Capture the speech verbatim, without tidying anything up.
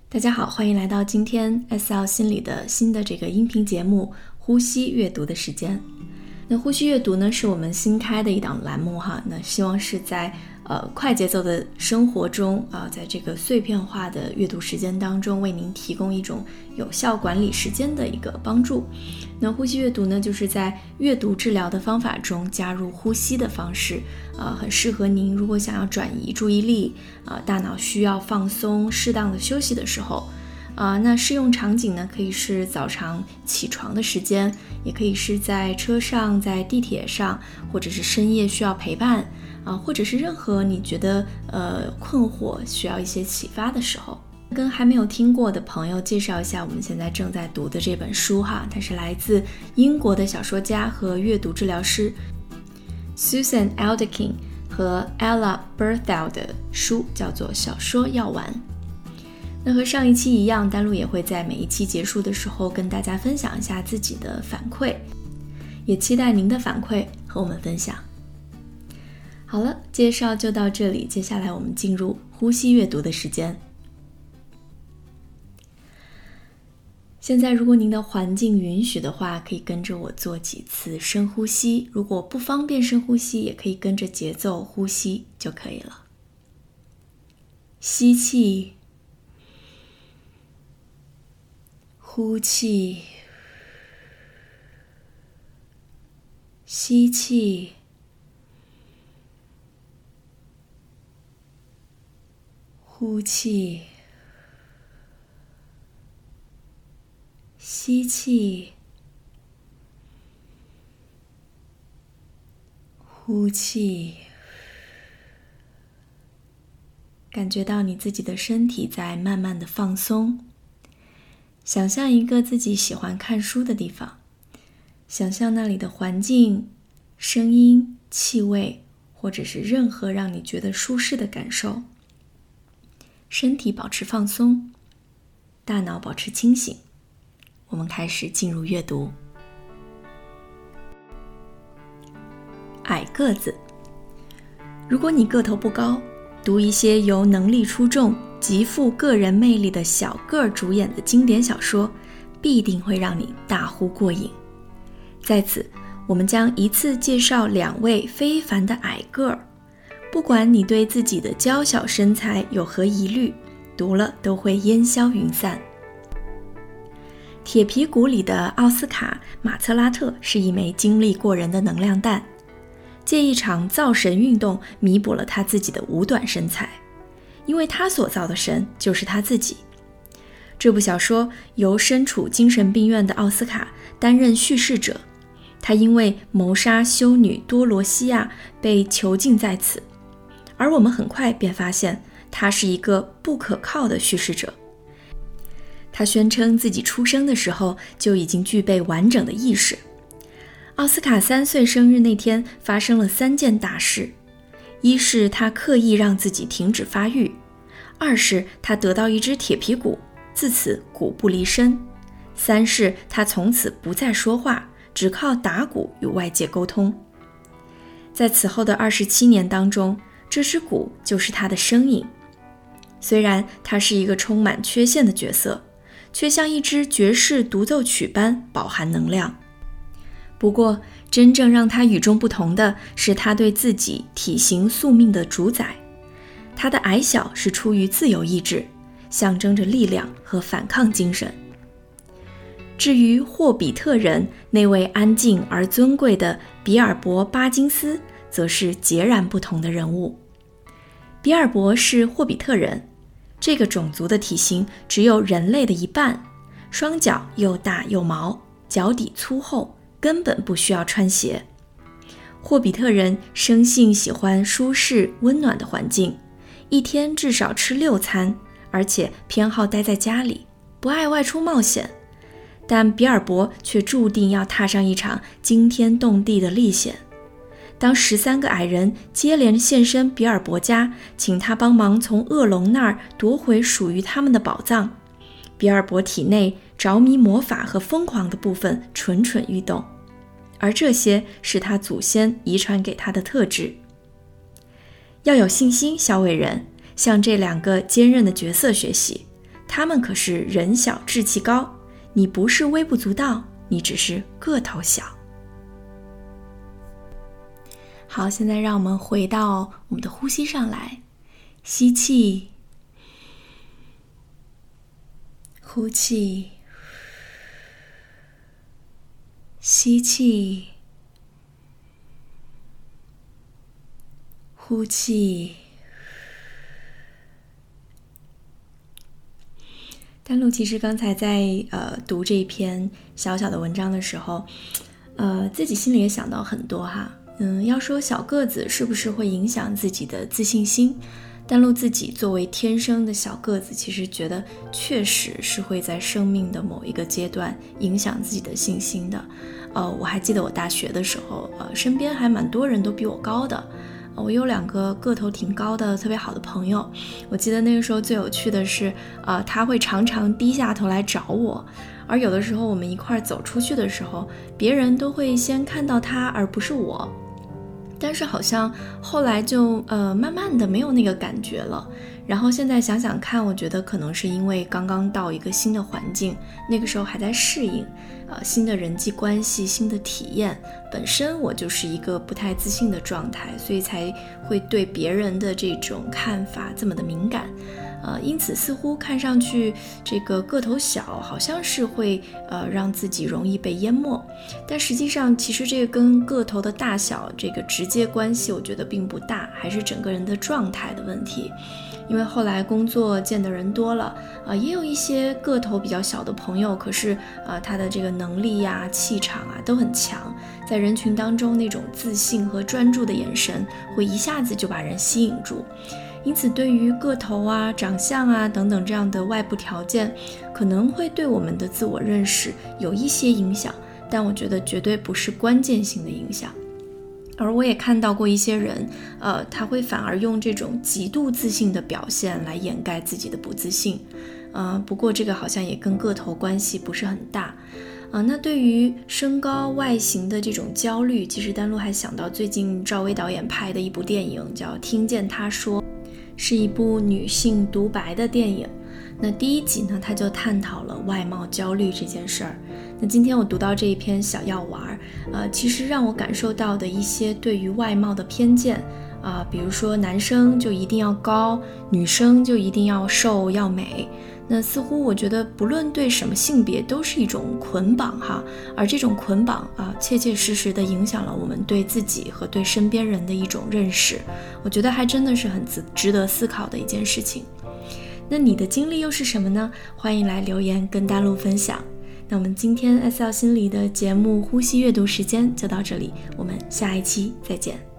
大家好，欢迎来到今天 S L 心理的新的这个音频节目呼吸阅读的时间。那呼吸阅读呢是我们新开的一档栏目哈，那希望是在呃快节奏的生活中啊、呃，在这个碎片化的阅读时间当中为您提供一种有效管理时间的一个帮助。那呼吸阅读呢就是在阅读治疗的方法中加入呼吸的方式，呃，很适合您如果想要转移注意力，呃，大脑需要放松适当的休息的时候。啊、呃，那适用场景呢，可以是早上起床的时间，也可以是在车上、在地铁上，或者是深夜需要陪伴啊、呃，或者是任何你觉得呃困惑需要一些启发的时候。跟还没有听过的朋友介绍一下我们现在正在读的这本书哈，它是来自英国的小说家和阅读治疗师 Susan Aldekin 和 Ella Berthel 的书，叫做《小说药丸》。那和上一期一样，丹露也会在每一期结束的时候跟大家分享一下自己的反馈，也期待您的反馈和我们分享。好了，介绍就到这里，接下来我们进入呼吸阅读的时间。现在如果您的环境允许的话，可以跟着我做几次深呼吸，如果不方便深呼吸，也可以跟着节奏呼吸就可以了。吸气，呼气，吸气，呼气，吸气，呼气，感觉到你自己的身体在慢慢的放松。想象一个自己喜欢看书的地方，想象那里的环境、声音、气味，或者是任何让你觉得舒适的感受。身体保持放松，大脑保持清醒。我们开始进入阅读。矮个子，如果你个头不高，读一些由能力出众、极富个人魅力的小个儿主演的经典小说，必定会让你大呼过瘾。在此，我们将一次介绍两位非凡的矮个儿，不管你对自己的娇小身材有何疑虑，读了都会烟消云散。铁皮鼓里的奥斯卡·马策拉特是一枚精力过人的能量弹，借一场造神运动弥补了他自己的五短身材，因为他所造的神就是他自己。这部小说由身处精神病院的奥斯卡担任叙事者，他因为谋杀修女多罗西亚被囚禁在此，而我们很快便发现他是一个不可靠的叙事者。他宣称自己出生的时候就已经具备完整的意识。奥斯卡三岁生日那天发生了三件大事：一是他刻意让自己停止发育；二是他得到一只铁皮鼓，自此鼓不离身；三是他从此不再说话，只靠打鼓与外界沟通。在此后的二十七年当中，这只鼓就是他的生影。虽然他是一个充满缺陷的角色，却像一支爵士独奏曲般饱含能量。不过，真正让他与众不同的是他对自己体型宿命的主宰。他的矮小是出于自由意志，象征着力量和反抗精神。至于霍比特人那位安静而尊贵的比尔博·巴金斯，则是截然不同的人物。比尔博是霍比特人，这个种族的体型只有人类的一半，双脚又大又毛，脚底粗厚，根本不需要穿鞋。霍比特人生性喜欢舒适温暖的环境，一天至少吃六餐，而且偏好待在家里，不爱外出冒险。但比尔博却注定要踏上一场惊天动地的历险。当十三个矮人接连现身比尔博家，请他帮忙从恶龙那儿夺回属于他们的宝藏，比尔博体内着迷魔法和疯狂的部分蠢蠢欲动，而这些是他祖先遗传给他的特质。要有信心，小伟人，向这两个坚韧的角色学习， 他们可是人小志气高，你不是微不足道，你只是个头小。好，现在让我们回到我们的呼吸上来，吸气，呼气，吸气，呼气。丹露其实刚才在呃读这篇小小的文章的时候，呃自己心里也想到很多哈。嗯，要说小个子是不是会影响自己的自信心？丹露自己作为天生的小个子，其实觉得确实是会在生命的某一个阶段影响自己的信心的。呃，我还记得我大学的时候，呃，身边还蛮多人都比我高的。我有两个个头挺高的特别好的朋友，我记得那个时候最有趣的是，呃，他会常常低下头来找我，而有的时候我们一块走出去的时候，别人都会先看到他而不是我。但是好像后来就呃慢慢的没有那个感觉了，然后现在想想看，我觉得可能是因为刚刚到一个新的环境，那个时候还在适应呃新的人际关系、新的体验，本身我就是一个不太自信的状态，所以才会对别人的这种看法这么的敏感。呃，因此似乎看上去这个个头小，好像是会呃让自己容易被淹没，但实际上其实这个跟个头的大小这个直接关系，我觉得并不大，还是整个人的状态的问题。因为后来工作见的人多了，啊、呃，也有一些个头比较小的朋友，可是呃他的这个能力呀、气场啊都很强，在人群当中那种自信和专注的眼神，会一下子就把人吸引住。因此对于个头啊、长相啊等等这样的外部条件，可能会对我们的自我认识有一些影响，但我觉得绝对不是关键性的影响。而我也看到过一些人，呃，他会反而用这种极度自信的表现来掩盖自己的不自信。呃，不过这个好像也跟个头关系不是很大。呃，那对于身高外形的这种焦虑，其实丹露还想到最近赵薇导演拍的一部电影叫《听见她说》，是一部女性独白的电影。那第一集呢，他就探讨了外貌焦虑这件事儿。那今天我读到这一篇小药丸，呃，其实让我感受到的一些对于外貌的偏见啊、呃，比如说男生就一定要高，女生就一定要瘦要美。那似乎我觉得不论对什么性别都是一种捆绑哈，而这种捆绑啊，切切实实的影响了我们对自己和对身边人的一种认识。我觉得还真的是很值得思考的一件事情。那你的经历又是什么呢？欢迎来留言跟丹露分享。那我们今天 S L 心理的节目呼吸阅读时间就到这里，我们下一期再见。